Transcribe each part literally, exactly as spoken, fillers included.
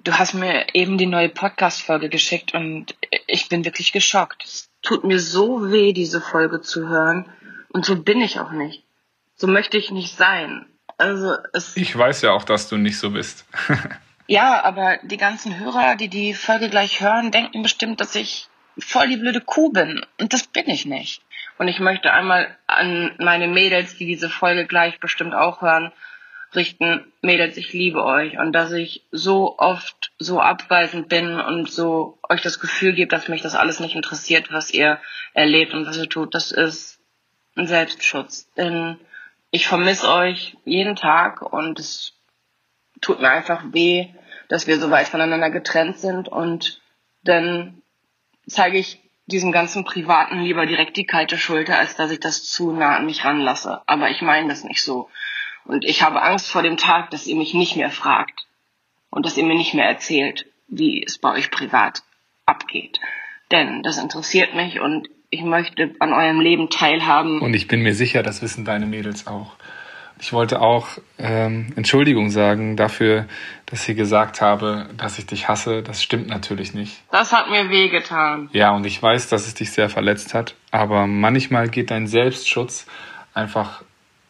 Du hast mir eben die neue Podcast-Folge geschickt und ich bin wirklich geschockt. Es tut mir so weh, diese Folge zu hören. Und so bin ich auch nicht. So möchte ich nicht sein. Also es. Ich weiß ja auch, dass du nicht so bist. Ja, aber die ganzen Hörer, die die Folge gleich hören, denken bestimmt, dass ich voll die blöde Kuh bin. Und das bin ich nicht. Und ich möchte einmal an meine Mädels, die diese Folge gleich bestimmt auch hören, richten: Mädels, ich liebe euch. Und dass ich so oft so abweisend bin und so euch das Gefühl gebe, dass mich das alles nicht interessiert, was ihr erlebt und was ihr tut, das ist ein Selbstschutz. Denn ich vermisse euch jeden Tag und es tut mir einfach weh, dass wir so weit voneinander getrennt sind. Und dann zeige ich diesem ganzen Privaten lieber direkt die kalte Schulter, als dass ich das zu nah an mich ranlasse. Aber ich meine das nicht so. Und ich habe Angst vor dem Tag, dass ihr mich nicht mehr fragt und dass ihr mir nicht mehr erzählt, wie es bei euch privat abgeht. Denn das interessiert mich und ich möchte an eurem Leben teilhaben. Und ich bin mir sicher, das wissen deine Mädels auch. Ich wollte auch ähm, Entschuldigung sagen dafür, dass ich gesagt habe, dass ich dich hasse. Das stimmt natürlich nicht. Das hat mir wehgetan. Ja, und ich weiß, dass es dich sehr verletzt hat. Aber manchmal geht dein Selbstschutz einfach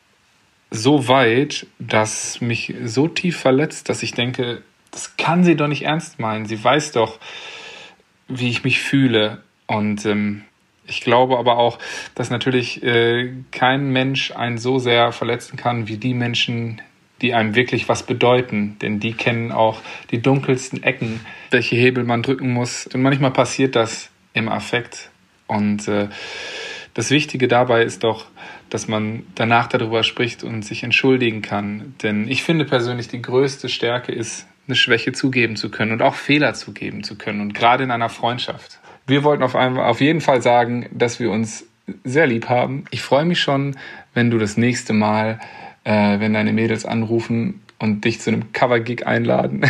so weit, dass mich so tief verletzt, dass ich denke, das kann sie doch nicht ernst meinen. Sie weiß doch, wie ich mich fühle. Und ähm, ich glaube aber auch, dass natürlich äh, kein Mensch einen so sehr verletzen kann wie die Menschen, die einem wirklich was bedeuten. Denn die kennen auch die dunkelsten Ecken, welche Hebel man drücken muss. Und manchmal passiert das im Affekt. Und äh, das Wichtige dabei ist doch, dass man danach darüber spricht und sich entschuldigen kann. Denn ich finde persönlich, die größte Stärke ist, eine Schwäche zugeben zu können und auch Fehler zugeben zu können. Und gerade in einer Freundschaft. Wir wollten auf, einmal, auf jeden Fall sagen, dass wir uns sehr lieb haben. Ich freue mich schon, wenn du das nächste Mal, äh, wenn deine Mädels anrufen und dich zu einem Cover-Gig einladen,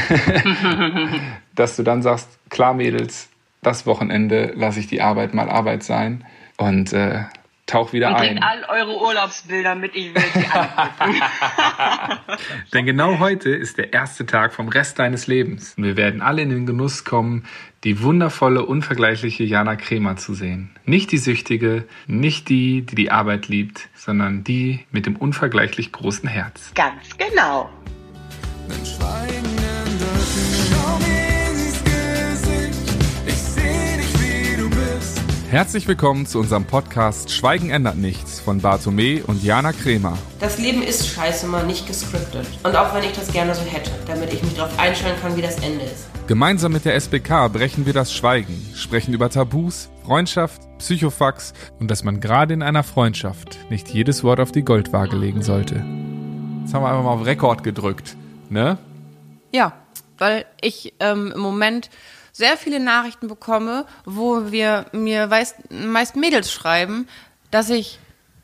dass du dann sagst, klar Mädels, das Wochenende lasse ich die Arbeit mal Arbeit sein. Und äh, tauch wieder und ein. bringt all eure Urlaubsbilder mit, ich will sie angucken. Denn genau heute ist der erste Tag vom Rest deines Lebens. Und wir werden alle in den Genuss kommen, die wundervolle, unvergleichliche Jana Kremer zu sehen. Nicht die Süchtige, nicht die, die die Arbeit liebt, sondern die mit dem unvergleichlich großen Herz. Ganz genau. Herzlich willkommen zu unserem Podcast Schweigen ändert nichts von Bartome und Jana Kremer. Das Leben ist scheiße mal nicht gescriptet. Und auch wenn ich das gerne so hätte, damit ich mich darauf einstellen kann, wie das Ende ist. Gemeinsam mit der S B K brechen wir das Schweigen, sprechen über Tabus, Freundschaft, Psychofax und dass man gerade in einer Freundschaft nicht jedes Wort auf die Goldwaage legen sollte. Jetzt haben wir einfach mal auf Rekord gedrückt, ne? Ja, weil ich ähm, im Moment sehr viele Nachrichten bekomme, wo wir mir meist, meist Mädels schreiben, dass ich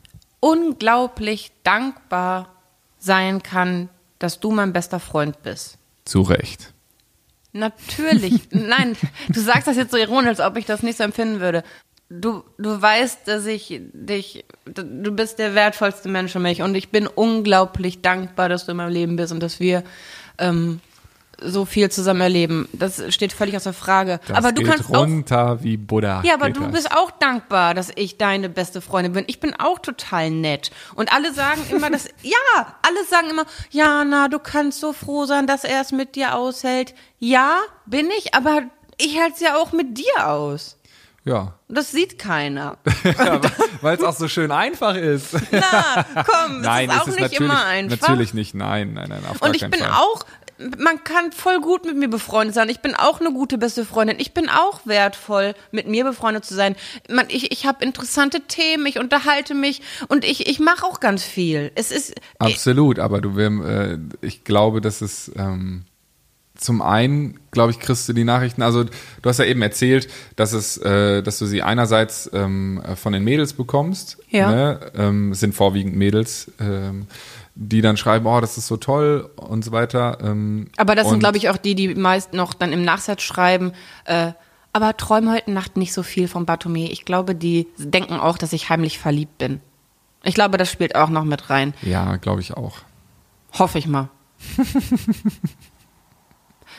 unglaublich dankbar sein kann, dass du mein bester Freund bist. Zu Recht. Natürlich. Nein, du sagst das jetzt so ironisch, als ob ich das nicht so empfinden würde. Du, du weißt, dass ich dich, du bist der wertvollste Mensch für mich und ich bin unglaublich dankbar, dass du in meinem Leben bist und dass wir ähm, so viel zusammen erleben. Das steht völlig außer Frage. Das aber du geht kannst runter auch, wie Buddha. Ja, aber geht du das. bist auch dankbar, dass ich deine beste Freundin bin. Ich bin auch total nett. Und alle sagen immer, dass, ja, alle sagen immer, Jana, du kannst so froh sein, dass er es mit dir aushält. Ja, bin ich, aber ich halte es ja auch mit dir aus. Ja. Das sieht keiner. Ja, weil es auch so schön einfach ist. Na, komm, es Nein, ist auch es ist nicht immer einfach. Natürlich nicht, nein, nein, nein, auf gar Und ich keinen bin Fall. auch, man kann voll gut mit mir befreundet sein. Ich bin auch eine gute beste Freundin. Ich bin auch wertvoll, mit mir befreundet zu sein. Man, ich ich habe interessante Themen, ich unterhalte mich und ich ich mache auch ganz viel. Es ist Absolut, aber du, äh, ich glaube, dass es ähm, zum einen, glaube ich, kriegst du die Nachrichten, also du hast ja eben erzählt, dass es, äh, dass du sie einerseits ähm, von den Mädels bekommst, Ja. ne? ähm, es sind vorwiegend Mädels, ähm, die dann schreiben, oh, das ist so toll und so weiter. Ähm, Aber das sind, und- glaube ich, auch die, die meist noch dann im Nachsatz schreiben, äh, aber träume heute Nacht nicht so viel von Bartome. Ich glaube, die denken auch, dass ich heimlich verliebt bin. Ich glaube, das spielt auch noch mit rein. Ja, glaube ich auch. Hoffe ich mal.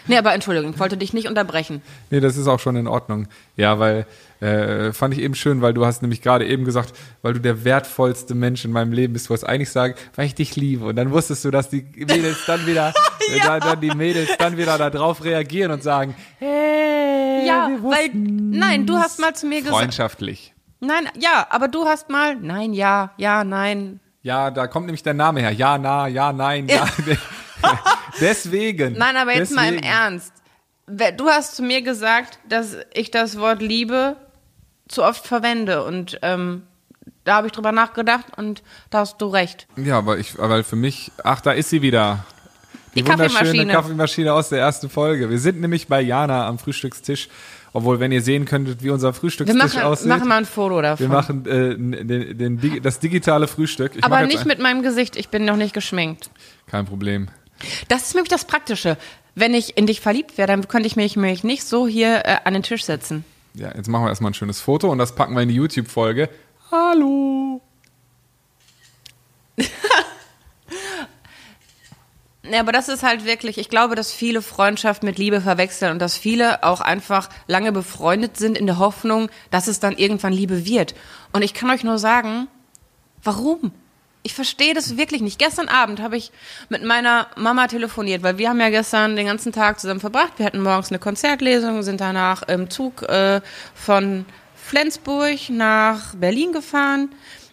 Nee, aber Entschuldigung, ich wollte dich nicht unterbrechen. Nee, das ist auch schon in Ordnung. Ja, weil, äh, fand ich eben schön, weil du hast nämlich gerade eben gesagt, weil du der wertvollste Mensch in meinem Leben bist. Du wolltest eigentlich sagen, weil ich dich liebe. Und dann wusstest du, dass die Mädels dann wieder, ja. äh, dann die Mädels dann wieder da drauf reagieren und sagen, hey, Ja, wir weil, wussten's. nein, du hast mal zu mir gesagt. Freundschaftlich. Nein, ja, aber du hast mal, nein, ja, ja, nein. Ja, da kommt nämlich der Name her. Ja, na, ja, nein, ja. Deswegen. Nein, aber jetzt deswegen. mal im Ernst. Du hast zu mir gesagt, dass ich das Wort Liebe zu oft verwende und ähm, da habe ich drüber nachgedacht und da hast du recht. Ja, aber ich, weil für mich, ach, da ist sie wieder. Die, Die wunderschöne Kaffeemaschine. Kaffeemaschine aus der ersten Folge. Wir sind nämlich bei Jana am Frühstückstisch. Obwohl, wenn ihr sehen könntet, wie unser Wir Frühstückstisch machen, aussieht. machen mal ein Foto davon. Wir machen äh, den, den, den, das digitale Frühstück. Ich aber mach jetzt nicht ein- mit meinem Gesicht, ich bin noch nicht geschminkt. Kein Problem. Das ist nämlich das Praktische. Wenn ich in dich verliebt wäre, dann könnte ich mich, mich nicht so hier äh, an den Tisch setzen. Ja, jetzt machen wir erstmal ein schönes Foto und das packen wir in die YouTube-Folge. Hallo. Ja, aber das ist halt wirklich, ich glaube, dass viele Freundschaft mit Liebe verwechseln und dass viele auch einfach lange befreundet sind in der Hoffnung, dass es dann irgendwann Liebe wird. Und ich kann euch nur sagen, warum? Ich verstehe das wirklich nicht. Gestern Abend habe ich mit meiner Mama telefoniert, weil wir haben ja gestern den ganzen Tag zusammen verbracht. Wir hatten morgens eine Konzertlesung, sind danach im Zug äh, von Flensburg nach Berlin gefahren.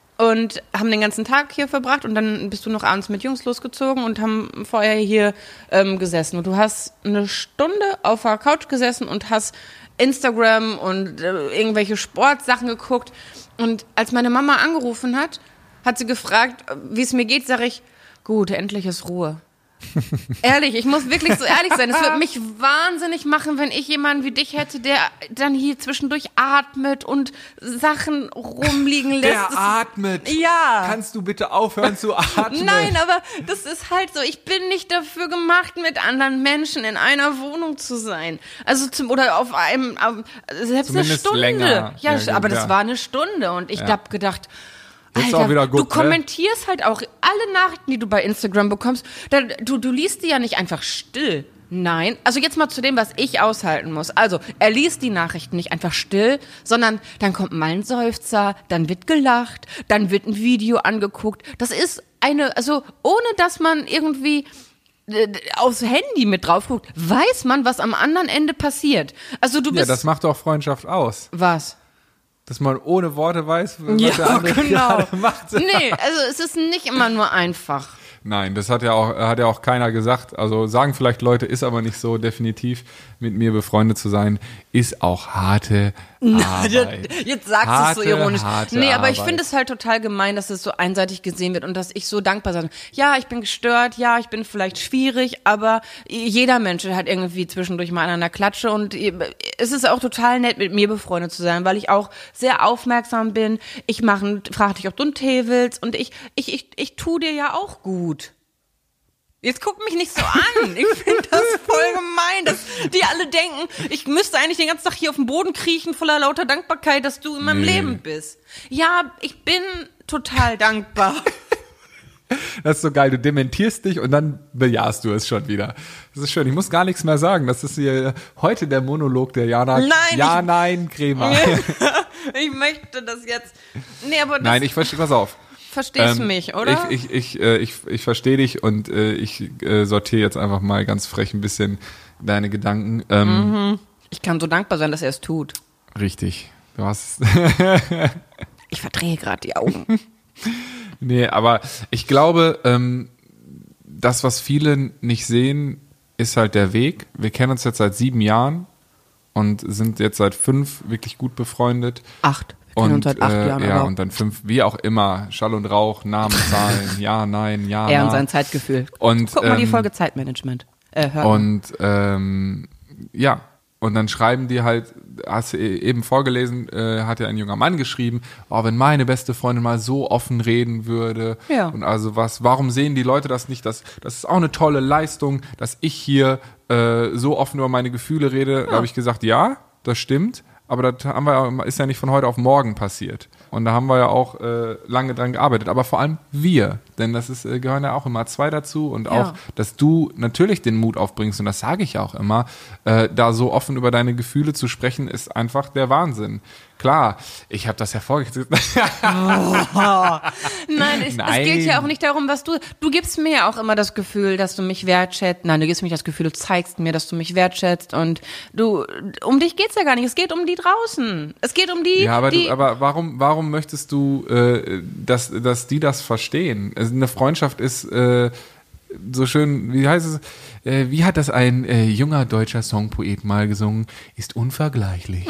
Und haben den ganzen Tag hier verbracht und dann bist du noch abends mit Jungs losgezogen und haben vorher hier ähm, gesessen. Und du hast eine Stunde auf der Couch gesessen und hast Instagram und äh, irgendwelche Sportsachen geguckt. Und als meine Mama angerufen hat, hat sie gefragt, wie es mir geht, sage ich, gut, endlich ist Ruhe. Ehrlich, ich muss wirklich so ehrlich sein. Es würde mich wahnsinnig machen, wenn ich jemanden wie dich hätte, der dann hier zwischendurch atmet und Sachen rumliegen lässt. Der Das- atmet. Ja. Kannst du bitte aufhören zu atmen? Nein, aber das ist halt so. Ich bin nicht dafür gemacht, mit anderen Menschen in einer Wohnung zu sein. Also zum oder auf einem auf, selbst Zumindest eine Stunde. länger. Ja, Ja, gut, aber das ja. war eine Stunde und ich Ja. hab gedacht. Jetzt Alter, auch wieder gut, du ne? kommentierst halt auch alle Nachrichten, die du bei Instagram bekommst. Da, du, du liest die ja nicht einfach still. Nein, also jetzt mal zu dem, was ich aushalten muss. Also, er liest die Nachrichten nicht einfach still, sondern dann kommt mal ein Seufzer, dann wird gelacht, dann wird ein Video angeguckt. Das ist eine, also ohne dass man irgendwie äh, aufs Handy mit drauf guckt, weiß man, was am anderen Ende passiert. Also du Ja, bist... das macht doch Freundschaft aus. was? Dass man ohne Worte weiß, was der Ja, andere genau. gerade macht. Nee, also es ist nicht immer nur einfach. Nein, das hat ja auch, hat ja auch keiner gesagt. Also sagen vielleicht Leute, ist aber nicht so definitiv, mit mir befreundet zu sein, ist auch harte Arbeit. Jetzt sagst du es so Harte, ironisch. harte Nee, aber ich Arbeit. finde es halt total gemein, dass es so einseitig gesehen wird und dass ich so dankbar sein. Ja, ich bin gestört, ja, ich bin vielleicht schwierig, aber jeder Mensch hat irgendwie zwischendurch mal an einer Klatsche und es ist auch total nett, mit mir befreundet zu sein, weil ich auch sehr aufmerksam bin. Ich mache, frage dich, ob du einen Tee willst und ich, ich, ich, ich tu dir ja auch gut. Jetzt guck mich nicht so an. Ich finde das voll gemein, dass die alle denken, ich müsste eigentlich den ganzen Tag hier auf dem Boden kriechen, voller lauter Dankbarkeit, dass du in meinem Nee. Leben bist. Ja, ich bin total dankbar. Das ist so geil, du dementierst dich und dann bejahst du es schon wieder. Das ist schön, ich muss gar nichts mehr sagen. Das ist hier heute der Monolog der Jana. Nein, Ja, ich- nein, Crema. Ich möchte das jetzt. Nee, aber das Nein, ich verstehe, pass auf. verstehst Ähm, mich, oder? Ich, ich, ich, äh, ich, ich verstehe dich und äh, ich äh, sortiere jetzt einfach mal ganz frech ein bisschen deine Gedanken. Ähm, Ich kann so dankbar sein, dass er es tut. Richtig. Du hast Ich verdrehe gerade die Augen. Nee, aber ich glaube, ähm, das, was viele nicht sehen, ist halt der Weg. Wir kennen uns jetzt seit sieben Jahren und sind jetzt seit fünf wirklich gut befreundet. Acht. Wir kennen uns seit acht äh, Jahren. ja, aber und dann fünf, wie auch immer, Schall und Rauch, Namen, Zahlen, ja, nein, ja, er na. und sein Zeitgefühl. Und, Guck mal die ähm, Folge Zeitmanagement. Äh, hör. Und ähm, ja, und dann schreiben die halt, hast du eben vorgelesen, äh, hat ja ein junger Mann geschrieben, oh, wenn meine beste Freundin mal so offen reden würde. Ja. Und also was, warum sehen die Leute das nicht? Das, das ist auch eine tolle Leistung, dass ich hier äh, so offen über meine Gefühle rede. Da habe ich gesagt, ja, das stimmt. aber das haben wir, ist ja nicht von heute auf morgen passiert. Und da haben wir ja auch äh, lange dran gearbeitet, aber vor allem wir, denn das ist, äh, gehören ja auch immer zwei dazu und auch, Ja. dass du natürlich den Mut aufbringst, und das sage ich auch immer, äh, da so offen über deine Gefühle zu sprechen, ist einfach der Wahnsinn. Klar, ich habe das hervorgehoben. Nein, es, Nein. es geht ja auch nicht darum, was du. Du gibst mir ja auch immer das Gefühl, dass du mich wertschätzt. Nein, du gibst mir das Gefühl, du zeigst mir, dass du mich wertschätzt. Und du, um dich geht's ja gar nicht. Es geht um die draußen. Es geht um die. Ja, aber, die du, aber warum, warum möchtest du, äh, dass, dass die das verstehen? Also eine Freundschaft ist äh, so schön, wie heißt es? Äh, wie hat das ein äh, junger deutscher Songpoet mal gesungen? Ist unvergleichlich.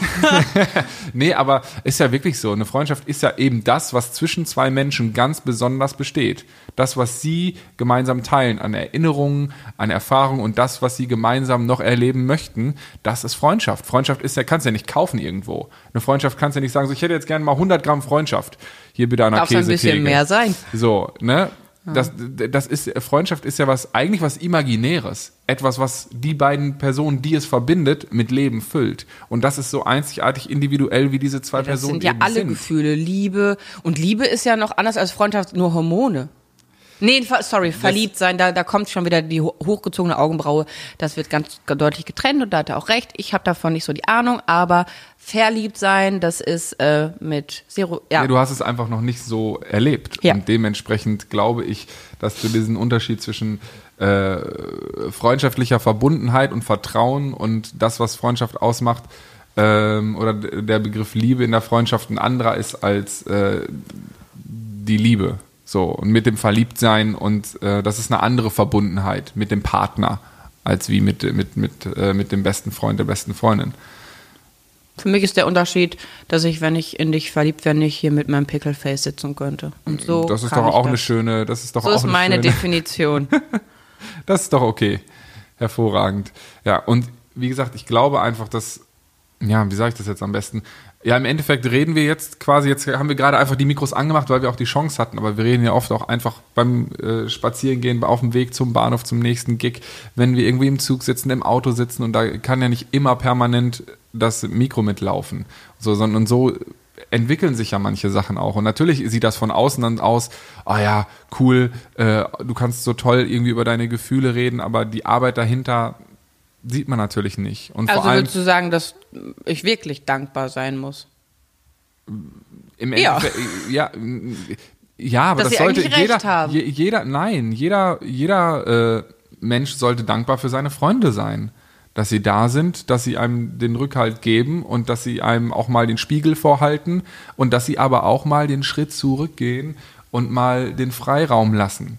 Nee, aber ist ja wirklich so. Eine Freundschaft ist ja eben das, was zwischen zwei Menschen ganz besonders besteht. Das, was sie gemeinsam teilen an Erinnerungen, an Erfahrungen und das, was sie gemeinsam noch erleben möchten, das ist Freundschaft. Freundschaft ist ja, kannst du ja nicht kaufen irgendwo. Eine Freundschaft kannst du ja nicht sagen, so, ich hätte jetzt gerne mal hundert Gramm Freundschaft. Hier bitte an der darf es ein bisschen Käsetheke. mehr sein. So, ne? Das, das ist, Freundschaft ist ja was, eigentlich was Imaginäres. Etwas, was die beiden Personen, die es verbindet, mit Leben füllt. Und das ist so einzigartig individuell, wie diese zwei Das Personen sind ja eben alle sind. Gefühle. Liebe. Und Liebe ist ja noch anders als Freundschaft, nur Hormone. Nee, ver- sorry, verliebt sein, da, da kommt schon wieder die ho- hochgezogene Augenbraue. Das wird ganz deutlich getrennt und da hat er auch recht. Ich habe davon nicht so die Ahnung, aber verliebt sein, das ist äh, mit Zero, ja. Ja, du hast es einfach noch nicht so erlebt. Ja. Und dementsprechend glaube ich, dass du diesen Unterschied zwischen äh, freundschaftlicher Verbundenheit und Vertrauen und das, was Freundschaft ausmacht, ähm, oder d- der Begriff Liebe in der Freundschaft ein anderer ist als äh, die Liebe. So, und mit dem Verliebtsein und äh, das ist eine andere Verbundenheit mit dem Partner, als wie mit, mit, mit, äh, mit dem besten Freund, der besten Freundin. Für mich ist der Unterschied, dass ich, wenn ich in dich verliebt wäre, nicht hier mit meinem Pickleface sitzen könnte. Und so Das ist kann doch ich auch das. eine schöne, das ist doch So auch ist eine meine schöne, Definition. Das ist doch okay. Hervorragend. Ja, und wie gesagt, ich glaube einfach, dass, ja, wie sage ich das jetzt am besten? Ja, im Endeffekt reden wir jetzt quasi, jetzt haben wir gerade einfach die Mikros angemacht, weil wir auch die Chance hatten, aber wir reden ja oft auch einfach beim äh, Spazierengehen, auf dem Weg zum Bahnhof, zum nächsten Gig, wenn wir irgendwie im Zug sitzen, im Auto sitzen und da kann ja nicht immer permanent das Mikro mitlaufen. So, sondern und so entwickeln sich ja manche Sachen auch. Und natürlich sieht das von außen dann aus, ah ja, cool, äh, du kannst so toll irgendwie über deine Gefühle reden, aber die Arbeit dahinter sieht man natürlich nicht. Und Also vor allem würdest du sagen, dass ich wirklich dankbar sein muss? im Ja. Endeffekt, ja, m, ja, aber Dass das sie sollte eigentlich recht jeder, haben. je, jeder, nein, jeder, jeder äh, Mensch sollte dankbar für seine Freunde sein. Dass sie da sind, dass sie einem den Rückhalt geben und dass sie einem auch mal den Spiegel vorhalten und dass sie aber auch mal den Schritt zurückgehen und mal den Freiraum lassen.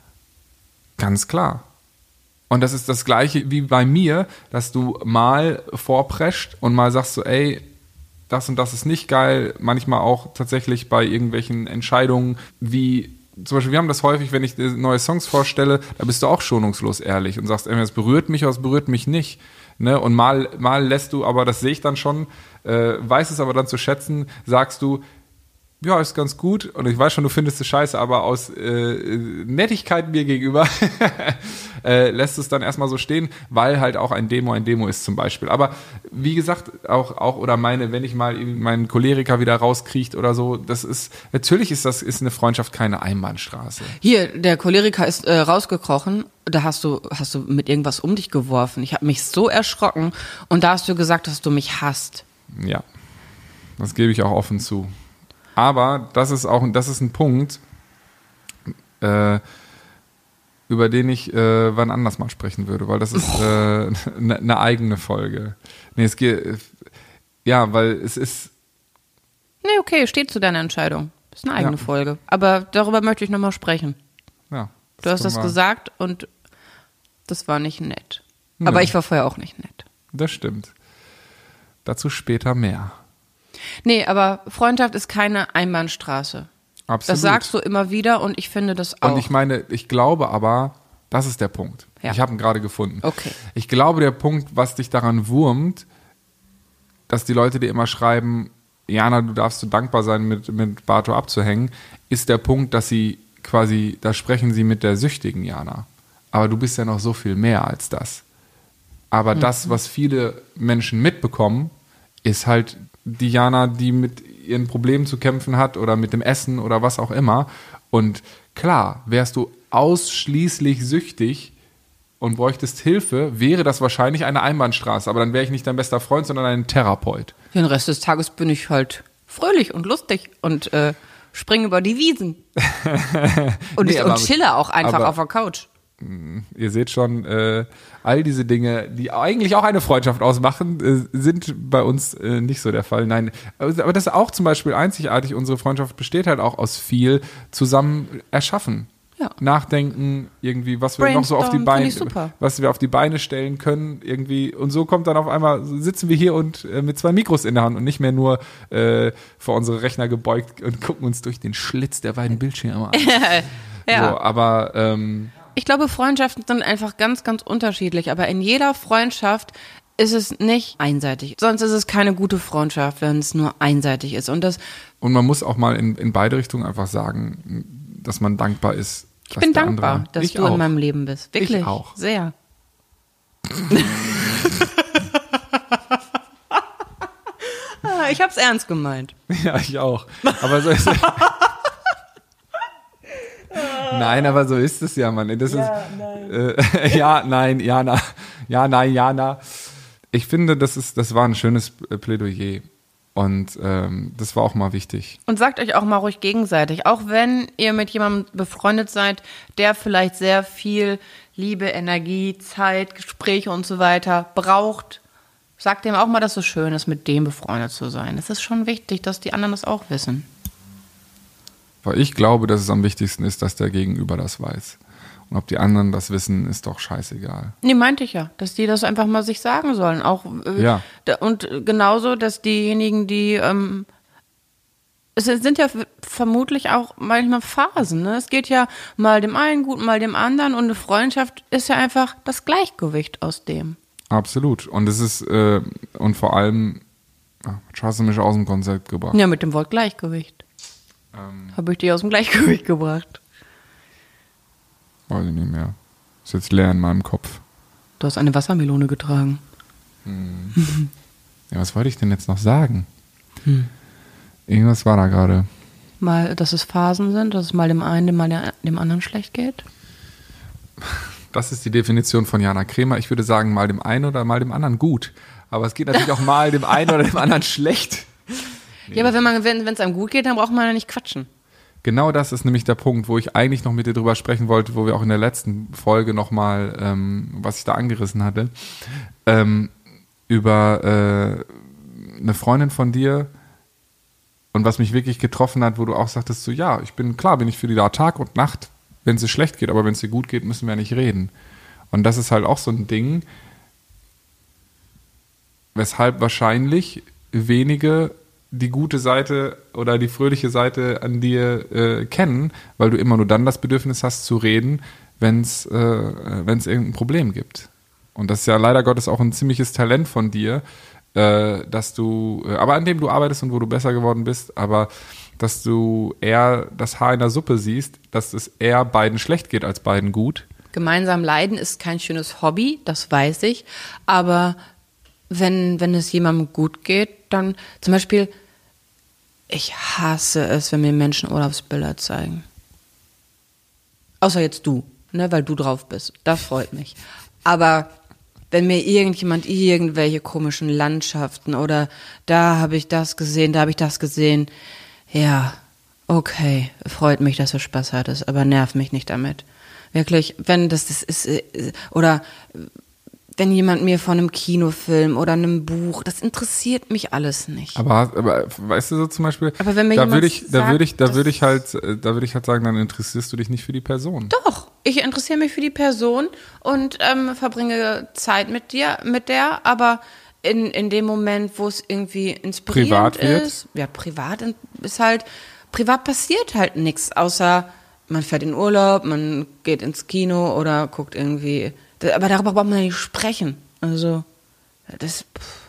Ganz klar. Und das ist das Gleiche wie bei mir, dass du mal vorprescht und mal sagst so, ey, das und das ist nicht geil. Manchmal auch tatsächlich bei irgendwelchen Entscheidungen wie, zum Beispiel, wir haben das häufig, wenn ich neue Songs vorstelle, da bist du auch schonungslos ehrlich und sagst, entweder es berührt mich oder es berührt mich nicht. Ne? Und mal, mal lässt du, aber das sehe ich dann schon, äh, weiß es aber dann zu schätzen, sagst du, ja, ist ganz gut und ich weiß schon, du findest es scheiße, aber aus äh, Nettigkeit mir gegenüber äh, lässt es dann erstmal so stehen, weil halt auch ein Demo ein Demo ist zum Beispiel. Aber wie gesagt, auch, auch oder meine, wenn ich mal meinen Choleriker wieder rauskriecht oder so, das ist, natürlich ist das, ist eine Freundschaft keine Einbahnstraße. Hier, der Choleriker ist äh, rausgekrochen. Da hast du, hast du mit irgendwas um dich geworfen. Ich habe mich so erschrocken und da hast du gesagt, dass du mich hasst. Ja, das gebe ich auch offen zu. Aber das ist auch, das ist ein Punkt, äh, über den ich äh, wann anders mal sprechen würde, weil das ist eine äh, ne, ne eigene Folge. Nee, es geht, ja, weil es ist, Nee, okay, steht zu deiner Entscheidung. Das ist eine eigene Ja. Folge. Aber darüber möchte ich nochmal sprechen. ja. Du hast das können wir- gesagt und das war nicht nett. Nee. Aber ich war vorher auch nicht nett. Das stimmt. Dazu später mehr. Nee, aber Freundschaft ist keine Einbahnstraße. Absolut. Das sagst du immer wieder und ich finde das auch. Und ich meine, ich glaube aber, das ist der Punkt. Ja. Ich habe ihn gerade gefunden. Okay. Ich glaube, der Punkt, was dich daran wurmt, dass die Leute dir immer schreiben, Jana, du darfst so dankbar sein, mit, mit Barto abzuhängen, ist der Punkt, dass sie quasi, da sprechen sie mit der süchtigen Jana. Aber du bist ja noch so viel mehr als das. Aber Mhm. das, was viele Menschen mitbekommen, ist halt Diana, die mit ihren Problemen zu kämpfen hat oder mit dem Essen oder was auch immer. Und klar, wärst du ausschließlich süchtig und bräuchtest Hilfe, wäre das wahrscheinlich eine Einbahnstraße. Aber dann wäre ich nicht dein bester Freund, sondern ein Therapeut. Den Rest des Tages bin ich halt fröhlich und lustig und äh, springe über die Wiesen. Und, Nee, ich, aber- und chille auch einfach aber- auf der Couch. Ihr seht schon, äh, all diese Dinge, die eigentlich auch eine Freundschaft ausmachen, äh, sind bei uns äh, nicht so der Fall. Nein, aber aber das ist auch zum Beispiel einzigartig. Unsere Freundschaft besteht halt auch aus viel zusammen erschaffen. Ja. Nachdenken, irgendwie, was wir noch so auf die Brainstorm, Beine, finde ich super. was wir auf die Beine stellen können, irgendwie. Und so kommt dann auf einmal, sitzen wir hier und äh, mit zwei Mikros in der Hand und nicht mehr nur äh, vor unsere Rechner gebeugt und gucken uns durch den Schlitz der beiden Bildschirme an. Ja. So, aber ähm, Ich glaube, Freundschaften sind einfach ganz, ganz unterschiedlich. Aber in jeder Freundschaft ist es nicht einseitig. Sonst ist es keine gute Freundschaft, wenn es nur einseitig ist. Und das, Und man muss auch mal in, in beide Richtungen einfach sagen, dass man dankbar ist. ich bin dankbar, dass ich du auch. in meinem Leben bist. Wirklich. Ich auch. Sehr. Ah, ich hab's ernst gemeint. Ja, ich auch. Aber so ist Nein, aber so ist es ja, Mann. Das ja, ist, nein. Äh, ja, nein, ja, na. Ja, nein, ja, na. Ich finde, das, ist, das war ein schönes Plädoyer. Und ähm, das war auch mal wichtig. Und sagt euch auch mal ruhig gegenseitig, auch wenn ihr mit jemandem befreundet seid, der vielleicht sehr viel Liebe, Energie, Zeit, Gespräche und so weiter braucht, sagt dem auch mal, dass es so schön ist, mit dem befreundet zu sein. Es ist schon wichtig, dass die anderen das auch wissen. Weil ich glaube, dass es am wichtigsten ist, dass der Gegenüber das weiß. Und ob die anderen das wissen, ist doch scheißegal. Nee, meinte ich ja, dass die das einfach mal sich sagen sollen. Auch, äh, Ja. da- Und genauso, dass diejenigen, die, ähm, es sind ja f- vermutlich auch manchmal Phasen, ne? Es geht ja mal dem einen gut, mal dem anderen und eine Freundschaft ist ja einfach das Gleichgewicht aus dem. Absolut. Und es ist, äh, und vor allem, ah, jetzt hast du mich aus dem Konzept gebracht. Ja, mit dem Wort Gleichgewicht. Ähm, Habe ich dich aus dem Gleichgewicht gebracht. weiß ich nicht mehr. Ist jetzt leer in meinem Kopf. Du hast eine Wassermelone getragen. Ja, was wollte ich denn jetzt noch sagen? Irgendwas war da gerade. Mal, dass es Phasen sind, dass es mal dem einen, mal der- dem anderen schlecht geht. Das ist die Definition von Jana Kremer. Ich würde sagen, mal dem einen oder mal dem anderen gut. Aber es geht natürlich auch mal dem einen oder dem anderen schlecht. Ja, aber wenn man, wenn es einem gut geht, dann braucht man ja nicht quatschen. Genau das ist nämlich der Punkt, wo ich eigentlich noch mit dir drüber sprechen wollte, wo wir auch in der letzten Folge nochmal, ähm, was ich da angerissen hatte, ähm, über äh, eine Freundin von dir und was mich wirklich getroffen hat, wo du auch sagtest, so ja, ich bin, klar bin ich für die da Tag und Nacht, wenn es ihr schlecht geht, aber wenn es ihr gut geht, müssen wir ja nicht reden. Und das ist halt auch so ein Ding, weshalb wahrscheinlich wenige die gute Seite oder die fröhliche Seite an dir äh, kennen, weil du immer nur dann das Bedürfnis hast zu reden, wenn es äh, wenn es irgendein Problem gibt. Und das ist ja leider Gottes auch ein ziemliches Talent von dir, äh, dass du, äh, aber an dem du arbeitest und wo du besser geworden bist, aber dass du eher das Haar in der Suppe siehst, dass es eher beiden schlecht geht als beiden gut. Gemeinsam leiden ist kein schönes Hobby, das weiß ich. Aber wenn, wenn es jemandem gut geht, dann zum Beispiel, ich hasse es, wenn mir Menschen Urlaubsbilder zeigen. Außer jetzt du, ne, weil du drauf bist. Das freut mich. Aber wenn mir irgendjemand irgendwelche komischen Landschaften oder da habe ich das gesehen, da habe ich das gesehen, ja, okay, freut mich, dass du Spaß hattest, aber nerv mich nicht damit. Wirklich, wenn das, das ist, äh, oder wenn jemand mir von einem Kinofilm oder einem Buch, das interessiert mich alles nicht. Aber, aber weißt du so zum Beispiel, Aber wenn mir da jemand würde ich, da sagt, würde ich, da das- würde ich halt, äh, da würde ich halt sagen, dann interessierst du dich nicht für die Person. Doch, ich interessiere mich für die Person und ähm, verbringe Zeit mit dir, mit der, aber in, in dem Moment, wo es irgendwie inspirierend Privat wird? ist, ja, privat ist halt, privat passiert halt nichts, außer man fährt in Urlaub, man geht ins Kino oder guckt irgendwie, aber darüber braucht man ja nicht sprechen, also das, pff.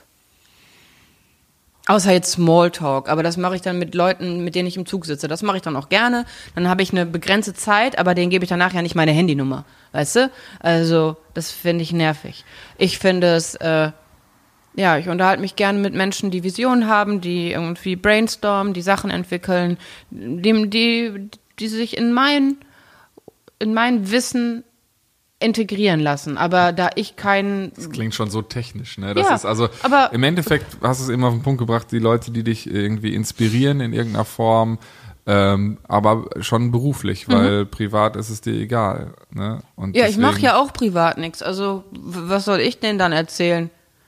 Außer jetzt Smalltalk, aber das mache ich dann mit Leuten, mit denen ich im Zug sitze. Das mache ich dann auch gerne. Dann habe ich eine begrenzte Zeit, aber denen gebe ich danach ja nicht meine Handynummer. Weißt du? Also, das finde ich nervig. Ich finde es äh, Ja, ich unterhalte mich gerne mit Menschen, die Visionen haben, die irgendwie brainstormen, die Sachen entwickeln, die, die, die sich in mein, in mein Wissen integrieren lassen. Aber da ich keinen... Das klingt schon so technisch, ne? Das Ja, ist also, aber- im Endeffekt hast du es immer auf den Punkt gebracht, die Leute, die dich irgendwie inspirieren in irgendeiner Form, ähm, aber schon beruflich, weil privat ist es dir egal, ne? Und Ja, ich mache deswegen- ja auch privat nichts. Also w- was soll ich denn dann erzählen?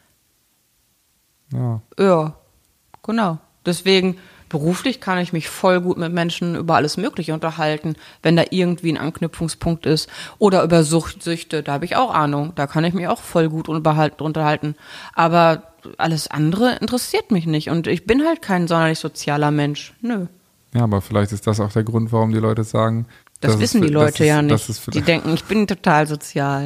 Ja. Ja, genau. Deswegen, beruflich kann ich mich voll gut mit Menschen über alles Mögliche unterhalten, wenn da irgendwie ein Anknüpfungspunkt ist. Oder über Sucht, Süchte, da habe ich auch Ahnung. Da kann ich mich auch voll gut unterhalten. unterhalten. Aber alles andere interessiert mich nicht. Und ich bin halt kein sonderlich sozialer Mensch. Nö. Ja, aber vielleicht ist das auch der Grund, warum die Leute sagen, Das dass wissen es, die dass Leute es, ja dass nicht. es Die vielleicht- denken, ich bin total sozial.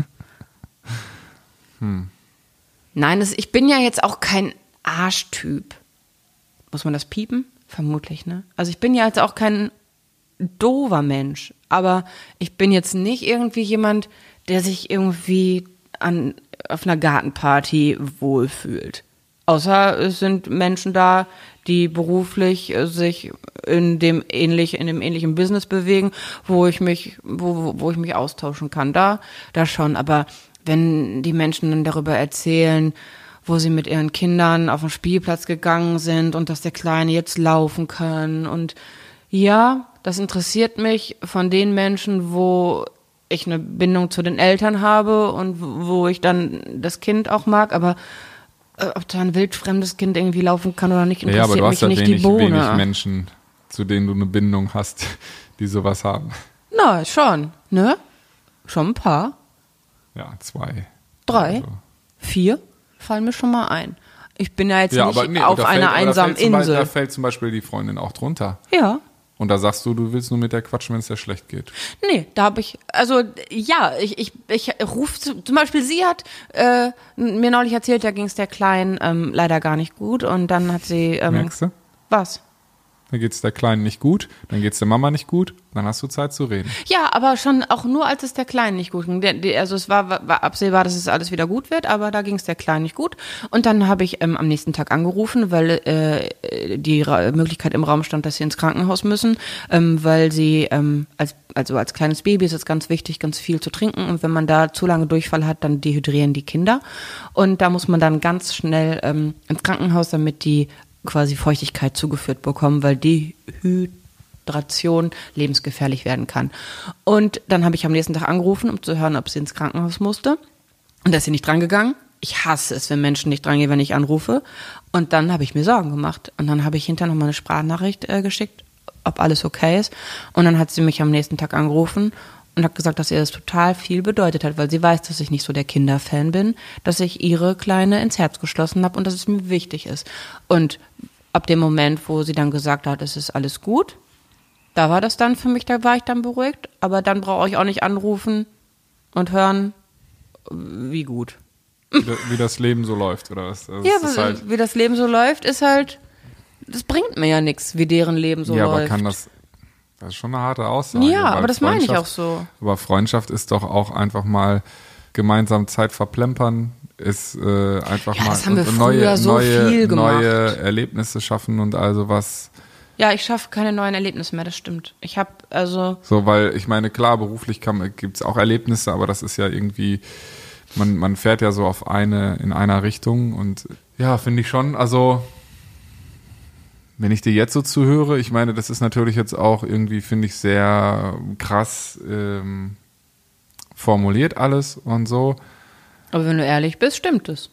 Nein, das, ich bin ja jetzt auch kein Arschtyp. Muss man das piepen? Vermutlich, ne? Also ich bin ja jetzt auch kein doofer Mensch. Aber ich bin jetzt nicht irgendwie jemand, der sich irgendwie an, auf einer Gartenparty wohlfühlt. Außer es sind Menschen da, die beruflich äh, sich in dem ähnlich, in dem ähnlichen Business bewegen, wo ich mich, wo, wo- wo ich mich austauschen kann. Da, da schon. Aber wenn die Menschen dann darüber erzählen, wo sie mit ihren Kindern auf den Spielplatz gegangen sind und dass der Kleine jetzt laufen kann und ja, das interessiert mich von den Menschen, wo ich eine Bindung zu den Eltern habe und wo ich dann das Kind auch mag, aber äh, ob da ein wildfremdes Kind irgendwie laufen kann oder nicht, Ja, aber interessiert du mich hast ja nicht wenig, die Bohne. wenig Menschen, zu denen du eine Bindung hast, die sowas haben. Na, schon, ne? Schon ein paar. Ja, zwei. Drei, Also. vier fallen mir schon mal ein. Ich bin ja jetzt Ja, nicht aber nee, auf da einer fällt, aber einsamen da fällt zum Beispiel, Insel. Da fällt zum Beispiel die Freundin auch drunter. Ja. Und da sagst du, du willst nur mit der quatschen, wenn es dir schlecht geht. Nee, da habe ich, also ja, ich, ich, ich rufe zum Beispiel, sie hat äh, mir neulich erzählt, da ging es der Kleinen ähm, leider gar nicht gut und dann hat sie, ähm, Merkst du? was? Dann geht es der Kleinen nicht gut, dann geht es der Mama nicht gut, dann hast du Zeit zu reden. Ja, aber schon auch nur, als es der Kleinen nicht gut ging. Der, der, also es war, war absehbar, dass es alles wieder gut wird, aber da ging es der Kleinen nicht gut. Und dann habe ich ähm, am nächsten Tag angerufen, weil äh, die Ra- Möglichkeit im Raum stand, dass sie ins Krankenhaus müssen, ähm, weil sie ähm, als also als kleines Baby ist es ganz wichtig, ganz viel zu trinken. Und wenn man da zu lange Durchfall hat, dann dehydrieren die Kinder. Und da muss man dann ganz schnell ähm, ins Krankenhaus, damit die quasi Feuchtigkeit zugeführt bekommen, weil Dehydration lebensgefährlich werden kann. Und dann habe ich am nächsten Tag angerufen, um zu hören, ob sie ins Krankenhaus musste. Und da ist sie nicht drangegangen. Ich hasse es, wenn Menschen nicht drangehen, wenn ich anrufe. Und dann habe ich mir Sorgen gemacht. Und dann habe ich hinterher nochmal eine Sprachnachricht äh, geschickt, ob alles okay ist. Und dann hat sie mich am nächsten Tag angerufen und hat gesagt, dass ihr das total viel bedeutet hat, weil sie weiß, dass ich nicht so der Kinderfan bin, dass ich ihre Kleine ins Herz geschlossen habe und dass es mir wichtig ist. Und ab dem Moment, wo sie dann gesagt hat, es ist alles gut, da war das dann für mich, da war ich dann beruhigt. Aber dann brauche ich auch nicht anrufen und hören, wie gut. Wie, da- wie das Leben so läuft, oder was? Also Ja, es ist wie, halt, wie das Leben so läuft, ist halt, das bringt mir ja nichts, wie deren Leben so ja, läuft. aber kann das, das ist schon eine harte Aussage. Ja, weil aber das meine ich Freundschaft- auch so. Aber Freundschaft ist doch auch einfach mal gemeinsam Zeit verplempern, ist äh, einfach Ja, mal das haben wir und früher neue, so neue, viel gemacht. neue Erlebnisse schaffen und also was. Ja, ich schaffe keine neuen Erlebnisse mehr, das stimmt. Ich habe also, So, weil ich meine, klar, beruflich gibt es auch Erlebnisse, aber das ist ja irgendwie, man, man fährt ja so auf eine, in einer Richtung und ja, finde ich schon, also wenn ich dir jetzt so zuhöre, ich meine, das ist natürlich jetzt auch irgendwie, finde ich, sehr krass ähm, formuliert alles und so. aber wenn du ehrlich bist, stimmt es.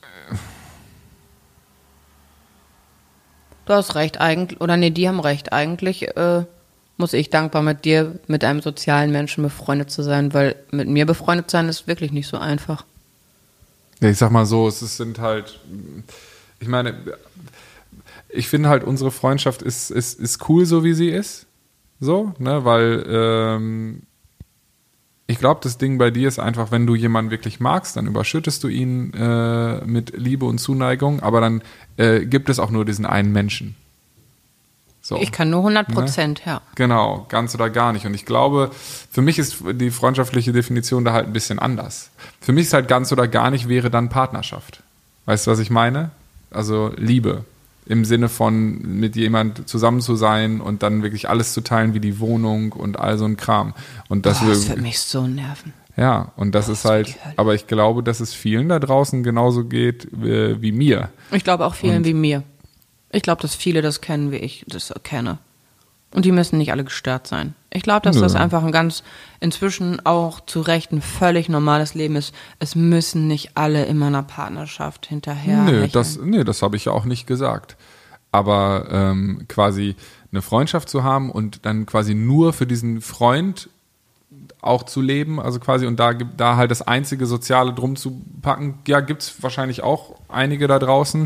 Du hast recht, eigentlich, oder nee, die haben recht. Eigentlich äh, muss ich dankbar mit dir, mit einem sozialen Menschen befreundet zu sein, weil mit mir befreundet sein ist wirklich nicht so einfach. Ja, ich sag mal so, es ist- sind halt, ich meine, ich finde halt, unsere Freundschaft ist, ist, ist cool, so wie sie ist. So, ne, weil ähm, ich glaube, das Ding bei dir ist einfach, wenn du jemanden wirklich magst, dann überschüttest du ihn äh, mit Liebe und Zuneigung, aber dann äh, gibt es auch nur diesen einen Menschen. So. Ich kann nur hundert Prozent, ja. Genau, ganz oder gar nicht. Und ich glaube, für mich ist die freundschaftliche Definition da halt ein bisschen anders. Für mich ist halt ganz oder gar nicht wäre dann Partnerschaft. Weißt du, was ich meine? Also Liebe. Im Sinne von mit jemand zusammen zu sein und dann wirklich alles zu teilen, wie die Wohnung und all so ein Kram. Und das, Boah, das wird mich so nerven. Ja, und das Boah, ist halt, aber ich glaube, dass es vielen da draußen genauso geht wie, wie mir. Ich glaube auch vielen und, wie mir. Ich glaube, dass viele das kennen, wie ich das kenne. Und die müssen nicht alle gestört sein. Ich glaube, dass Nö. das einfach ein ganz, inzwischen auch zu Recht ein völlig normales Leben ist. Es müssen nicht alle immer einer Partnerschaft hinterher. Nö, das, nee, das habe ich ja auch nicht gesagt. Aber ähm, quasi eine Freundschaft zu haben und dann quasi nur für diesen Freund auch zu leben, also quasi und da gibt da halt das einzige Soziale drum zu packen, ja, gibt's wahrscheinlich auch einige da draußen.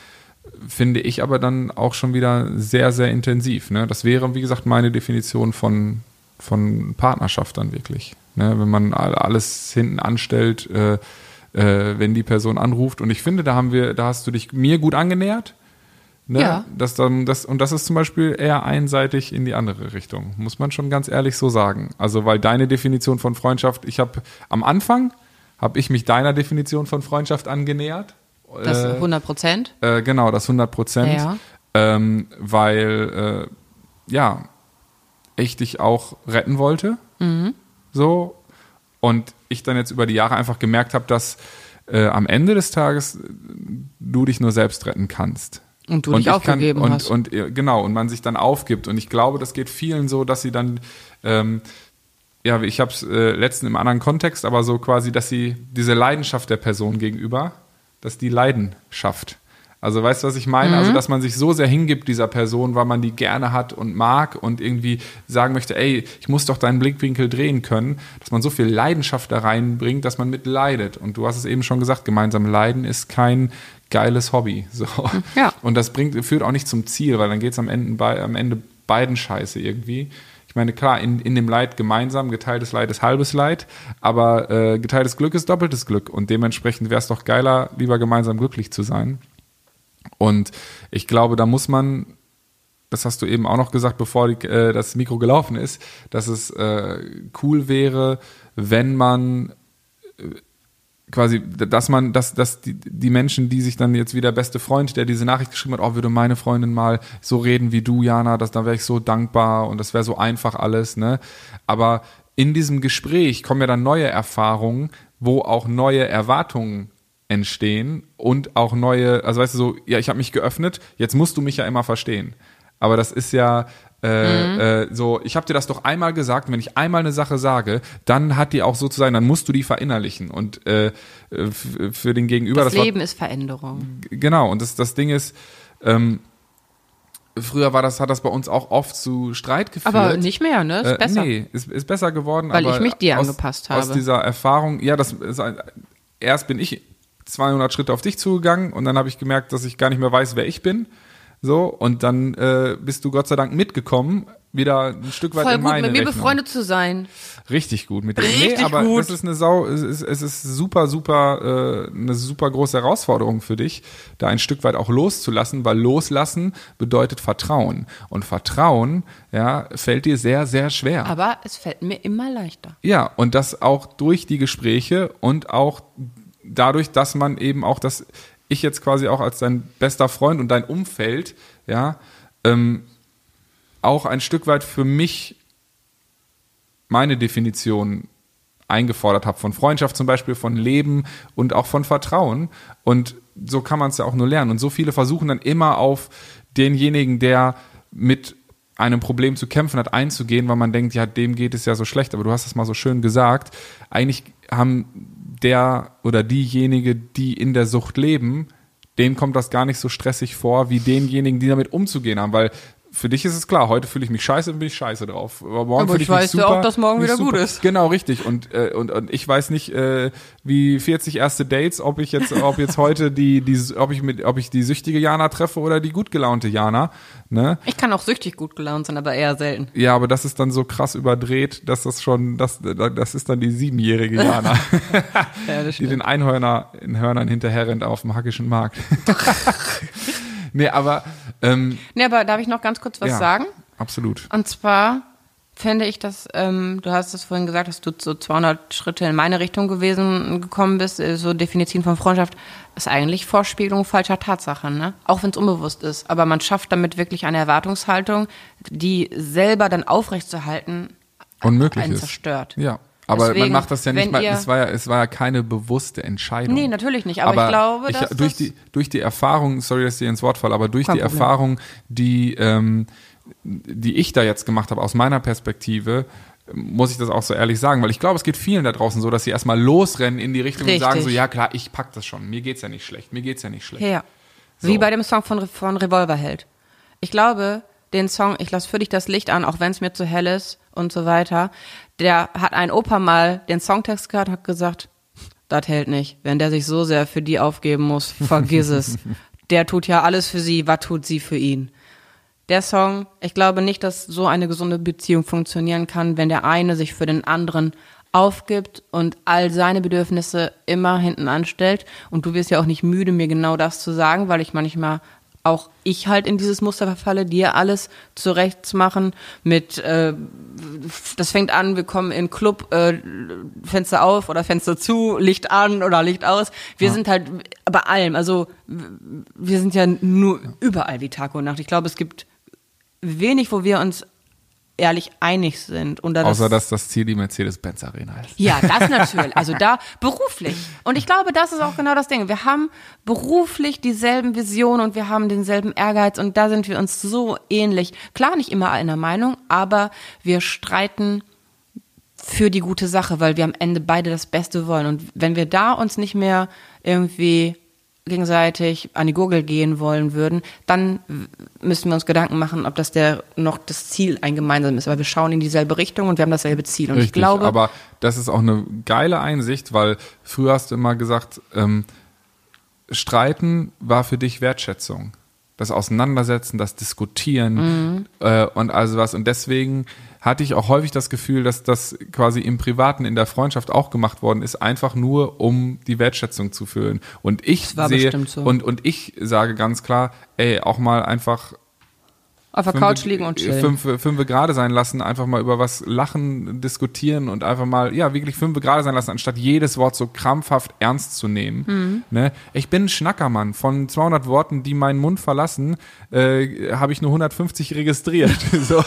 Finde ich aber dann auch schon wieder sehr, sehr intensiv. Ne? Das wäre, wie gesagt, meine Definition von, von Partnerschaft dann wirklich. Ne? Wenn man alles hinten anstellt, äh, äh, wenn die Person anruft. Und ich finde, da haben wir, da hast du dich mir gut angenähert. Ne? Ja. Das dann, das, und das ist zum Beispiel eher einseitig in die andere Richtung. Muss man schon ganz ehrlich so sagen. Also, weil deine Definition von Freundschaft, ich habe am Anfang, habe ich mich deiner Definition von Freundschaft angenähert. Das hundert Prozent? Äh, genau, das hundert Prozent. Ja. Ähm, weil, äh, ja, ich dich auch retten wollte. Mhm. So. Und ich dann jetzt über die Jahre einfach gemerkt habe, dass äh, am Ende des Tages du dich nur selbst retten kannst. Und du und dich ich aufgegeben kann, und, hast. Und, und genau, und man sich dann aufgibt. Und ich glaube, das geht vielen so, dass sie dann, ähm, ja, ich habe es äh, letzten im anderen Kontext, aber so quasi, dass sie diese Leidenschaft der Person gegenüber, dass die Leidenschaft. Also weißt du, was ich meine? Mhm. Also, dass man sich so sehr hingibt dieser Person, weil man die gerne hat und mag und irgendwie sagen möchte, ey, ich muss doch deinen Blickwinkel drehen können, dass man so viel Leidenschaft da reinbringt, dass man mitleidet. Und du hast es eben schon gesagt, gemeinsam leiden ist kein geiles Hobby. So. Ja. Und das bringt, führt auch nicht zum Ziel, weil dann geht es am Ende, am Ende beiden scheiße irgendwie. Ich meine, klar, in, in dem Leid gemeinsam, geteiltes Leid ist halbes Leid, aber äh, geteiltes Glück ist doppeltes Glück und dementsprechend wäre es doch geiler, lieber gemeinsam glücklich zu sein. Und ich glaube, da muss man, das hast du eben auch noch gesagt, bevor die, äh, das Mikro gelaufen ist, dass es äh, cool wäre, wenn man äh, quasi, dass man, dass, dass die, die Menschen, die sich dann jetzt wie der beste Freund, der diese Nachricht geschrieben hat, oh, würde meine Freundin mal so reden wie du, Jana, das, da wäre ich so dankbar und das wäre so einfach alles, ne? Aber in diesem Gespräch kommen ja dann neue Erfahrungen, wo auch neue Erwartungen entstehen und auch neue, also weißt du so, ja, ich habe mich geöffnet, jetzt musst du mich ja immer verstehen. Aber das ist ja Äh, mhm. äh, so, ich habe dir das doch einmal gesagt, wenn ich einmal eine Sache sage, dann hat die auch so zu sein, dann musst du die verinnerlichen und äh, f- für den Gegenüber. Das, das Leben war, ist Veränderung. G- genau, und das, das Ding ist, ähm, früher war das, hat das bei uns auch oft zu Streit geführt. Aber nicht mehr, ne? Ist äh, besser. Nee, ist, ist besser geworden. Weil aber ich mich dir aus, angepasst habe. Aus dieser Erfahrung, ja, das ist ein, erst bin ich zweihundert Schritte auf dich zugegangen und dann habe ich gemerkt, dass ich gar nicht mehr weiß, wer ich bin. So, und dann äh, bist du Gott sei Dank mitgekommen, wieder ein Stück weit Voll in gut, meine mit mir Rechnung. befreundet zu sein. Richtig gut mit dir. Richtig nee, aber gut. das ist eine Sau, es ist, es ist super, super, äh, eine super große Herausforderung für dich, da ein Stück weit auch loszulassen, weil loslassen bedeutet Vertrauen. Und Vertrauen, ja, fällt dir sehr, sehr schwer. Aber es fällt mir immer leichter. Ja, und das auch durch die Gespräche und auch dadurch, dass man eben auch das, ich jetzt quasi auch als dein bester Freund und dein Umfeld, ja, ähm, auch ein Stück weit für mich meine Definition eingefordert habe, von Freundschaft zum Beispiel, von Leben und auch von Vertrauen. Und so kann man es ja auch nur lernen. Und so viele versuchen dann immer auf denjenigen, der mit einem Problem zu kämpfen hat, einzugehen, weil man denkt, ja, dem geht es ja so schlecht. Aber du hast es mal so schön gesagt. Eigentlich haben der oder diejenige, die in der Sucht leben, denen kommt das gar nicht so stressig vor, wie denjenigen, die damit umzugehen haben, weil für dich ist es klar, heute fühle ich mich scheiße, dann bin ich scheiße drauf. Aber morgen Aber fühle ich ich mich weiß ja super, auch, dass morgen mich wieder super. gut ist. Genau, richtig. Und, äh, und, und ich weiß nicht, äh, wie vierzig erste Dates, ob ich jetzt, ob jetzt heute die, die, ob ich mit, ob ich die süchtige Jana treffe oder die gut gelaunte Jana, ne? Ich kann auch süchtig gut gelaunt sein, aber eher selten. Ja, aber das ist dann so krass überdreht, dass das schon, das, das ist dann die siebenjährige Jana, Ja, das die stimmt. den Einhörner, in Hörnern hinterherrennt auf dem hackischen Markt. Nee, aber, ähm, Nee, aber darf ich noch ganz kurz was ja, sagen? absolut. Und zwar finde ich, dass, ähm, du hast es vorhin gesagt, dass du so zweihundert Schritte in meine Richtung gewesen gekommen bist, so Definition von Freundschaft, ist eigentlich Vorspiegelung falscher Tatsachen, ne? Auch wenn es unbewusst ist. Aber man schafft damit wirklich eine Erwartungshaltung, die selber dann aufrechtzuerhalten unmöglich einen ist. zerstört. Ja. Aber Deswegen, man macht das ja nicht wenn mal, ihr- es war ja, es war ja keine bewusste Entscheidung. Nee, natürlich nicht, aber ich glaube, dass durch das- die durch die Erfahrung, sorry, dass ich dir ins Wort falle, aber durch Kein die Problem. Erfahrung, die ähm, die ich da jetzt gemacht habe aus meiner Perspektive, muss ich das auch so ehrlich sagen, weil ich glaube, es geht vielen da draußen so, dass sie erstmal losrennen in die Richtung Richtig. und sagen so, ja klar, ich pack das schon, mir geht's ja nicht schlecht, mir geht's ja nicht schlecht. Ja. So. Wie bei dem Song von, von Revolverheld. Ich glaube, den Song, ich lasse für dich das Licht an, auch wenn es mir zu hell ist und so weiter, der hat ein Opa mal den Songtext gehört und hat gesagt, das hält nicht. Wenn der sich so sehr für die aufgeben muss, vergiss es. Der tut ja alles für sie, was tut sie für ihn? Der Song, ich glaube nicht, dass so eine gesunde Beziehung funktionieren kann, wenn der eine sich für den anderen aufgibt und all seine Bedürfnisse immer hinten anstellt. Und du wirst ja auch nicht müde, mir genau das zu sagen, weil ich manchmal auch ich halt in dieses Muster verfalle, dir alles zurechtsmachen mit, äh, das fängt an, wir kommen in den Club, äh, Fenster auf oder Fenster zu, Licht an oder Licht aus. Wir Ja. sind halt bei allem, also wir sind ja nur überall wie Tag und Nacht. Ich glaube, es gibt wenig, wo wir uns ehrlich einig sind. Und da Außer, dass das Ziel die Mercedes-Benz Arena ist. ja, das natürlich. Also da beruflich. Und ich glaube, das ist auch genau das Ding. Wir haben beruflich dieselben Visionen und wir haben denselben Ehrgeiz und da sind wir uns so ähnlich. Klar, nicht immer einer Meinung, aber wir streiten für die gute Sache, weil wir am Ende beide das Beste wollen. Und wenn wir da uns nicht mehr irgendwie gegenseitig an die Gurgel gehen wollen würden, dann müssen wir uns Gedanken machen, ob das der noch das Ziel ein gemeinsam ist. Aber wir schauen in dieselbe Richtung und wir haben dasselbe Ziel. Und Richtig, ich glaube, aber das ist auch eine geile Einsicht, weil früher hast du immer gesagt, ähm, Streiten war für dich Wertschätzung. Das Auseinandersetzen, das Diskutieren Mhm. äh, und also was. Und deswegen hatte ich auch häufig das Gefühl, dass das quasi im Privaten, in der Freundschaft auch gemacht worden ist, einfach nur, um die Wertschätzung zu fühlen. Und ich Das war sehe, bestimmt so. und, und ich sage ganz klar, ey, auch mal einfach auf der fünfe- Couch liegen und chillen. Fünfe, fünfe gerade sein lassen, einfach mal über was lachen, diskutieren und einfach mal, ja, wirklich fünfe gerade sein lassen, anstatt jedes Wort so krampfhaft ernst zu nehmen. Mhm. Ne? Ich bin ein Schnackermann. Von zweihundert Worten, die meinen Mund verlassen, äh, habe ich nur hundertfünfzig registriert. So.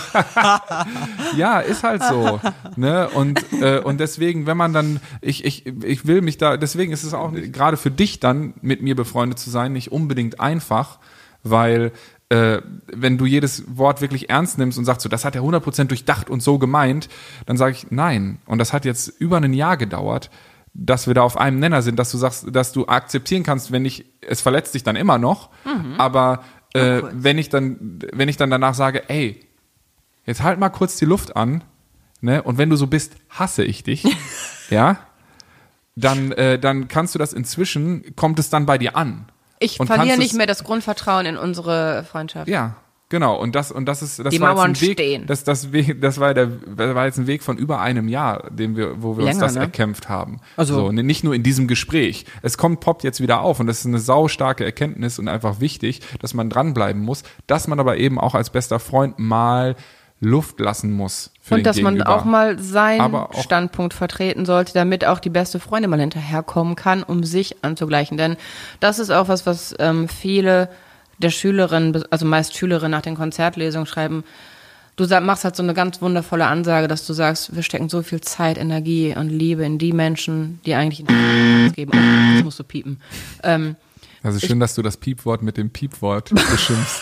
Ja, ist halt so. Ne? Und, äh, und deswegen, wenn man dann, ich, ich, ich will mich da, deswegen ist es auch gerade für dich dann, mit mir befreundet zu sein, nicht unbedingt einfach, weil äh, wenn du jedes Wort wirklich ernst nimmst und sagst, so, das hat er hundert Prozent durchdacht und so gemeint, dann sage ich, nein. Und das hat jetzt über ein Jahr gedauert, dass wir da auf einem Nenner sind, dass du sagst, dass du akzeptieren kannst, wenn ich, es verletzt dich dann immer noch, Mhm. aber äh, wenn ich dann, wenn ich dann danach sage, ey, jetzt halt mal kurz die Luft an, ne, und wenn du so bist, hasse ich dich, ja, dann, äh, dann kannst du das inzwischen, kommt es dann bei dir an. Ich Und verliere kannst nicht es- mehr das Grundvertrauen in unsere Freundschaft. Ja, genau. Und das, und das ist, das Die war Mauern jetzt ein Weg, stehen. das, das Weg, das war der, das war jetzt ein Weg von über einem Jahr, den wir, wo wir uns Länger, das ne? erkämpft haben. Also- so, ne, nicht nur in diesem Gespräch. Es kommt, poppt jetzt wieder auf und das ist eine saustarke Erkenntnis und einfach wichtig, dass man dranbleiben muss, dass man aber eben auch als bester Freund mal Luft lassen muss für Und den dass man Gegenüber. auch mal seinen Aber auch- Standpunkt vertreten sollte, damit auch die beste Freundin mal hinterherkommen kann, um sich anzugleichen. Denn das ist auch was, was ähm, viele der Schülerinnen, also meist Schülerinnen nach den Konzertlesungen schreiben. Du sag, machst halt so eine ganz wundervolle Ansage, dass du sagst, wir stecken so viel Zeit, Energie und Liebe in die Menschen, die eigentlich in geben. Oh, das musst du piepen. Ähm, Also schön, dass du das Piepwort mit dem Piepwort beschimpfst.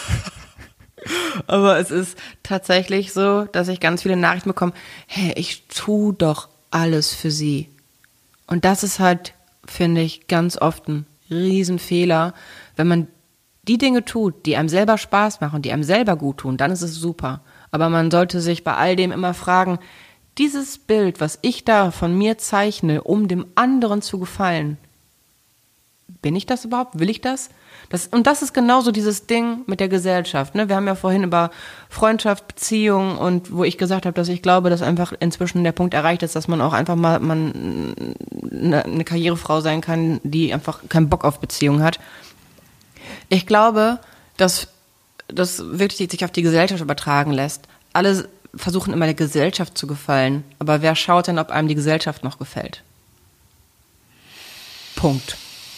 Aber es ist tatsächlich so, dass ich ganz viele Nachrichten bekomme, hey, ich tu doch alles für sie. Und das ist halt, finde ich, ganz oft ein Riesenfehler. Wenn man die Dinge tut, die einem selber Spaß machen, die einem selber gut tun, dann ist es super. Aber man sollte sich bei all dem immer fragen, dieses Bild, was ich da von mir zeichne, um dem anderen zu gefallen, bin ich das überhaupt? Will ich das? Das, und das ist genauso dieses Ding mit der Gesellschaft. Ne? Wir haben ja vorhin über Freundschaft, Beziehung und wo ich gesagt habe, dass ich glaube, dass einfach inzwischen der Punkt erreicht ist, dass man auch einfach mal man eine, eine Karrierefrau sein kann, die einfach keinen Bock auf Beziehung hat. Ich glaube, dass das wirklich sich auf die Gesellschaft übertragen lässt. Alle versuchen immer der Gesellschaft zu gefallen. Aber wer schaut denn, ob einem die Gesellschaft noch gefällt? Punkt.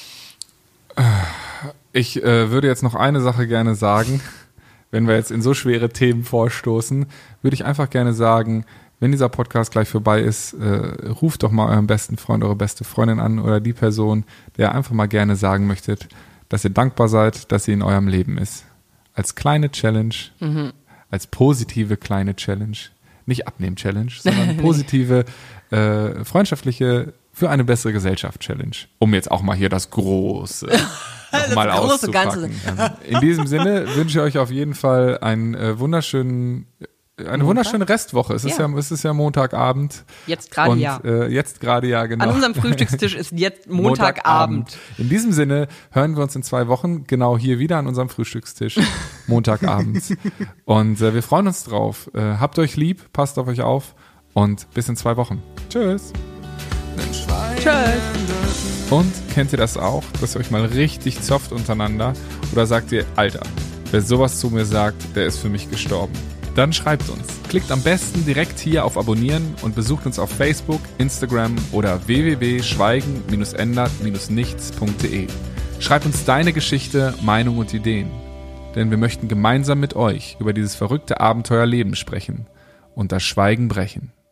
Ich äh, würde jetzt noch eine Sache gerne sagen. Wenn wir jetzt in so schwere Themen vorstoßen, würde ich einfach gerne sagen, wenn dieser Podcast gleich vorbei ist, äh, ruft doch mal euren besten Freund, eure beste Freundin an oder die Person, der einfach mal gerne sagen möchtet, dass ihr dankbar seid, dass sie in eurem Leben ist. Als kleine Challenge, mhm. als positive kleine Challenge. Nicht Abnehmen-Challenge, sondern positive, äh, freundschaftliche, für eine bessere Gesellschaft-Challenge. Um jetzt auch mal hier das große nochmal auszupacken. In diesem Sinne wünsche ich euch auf jeden Fall einen äh, wunderschönen, eine Montag? wunderschöne Restwoche. Es ist ja, ja es ist ja Montagabend. Jetzt gerade ja. Äh, jetzt gerade ja, genau. An unserem Frühstückstisch ist jetzt Montagabend. Montagabend. In diesem Sinne hören wir uns in zwei Wochen genau hier wieder an unserem Frühstückstisch. Montagabend. Und äh, wir freuen uns drauf. Äh, habt euch lieb, passt auf euch auf und bis in zwei Wochen. Tschüss. Tschüss. Und kennt ihr das auch, dass ihr euch mal richtig zofft untereinander? Oder sagt ihr, Alter, wer sowas zu mir sagt, der ist für mich gestorben? Dann schreibt uns. Klickt am besten direkt hier auf Abonnieren und besucht uns auf Facebook, Instagram oder w w w punkt schweigen ändert nichts punkt de. Schreibt uns deine Geschichte, Meinung und Ideen. Denn wir möchten gemeinsam mit euch über dieses verrückte Abenteuerleben sprechen und das Schweigen brechen.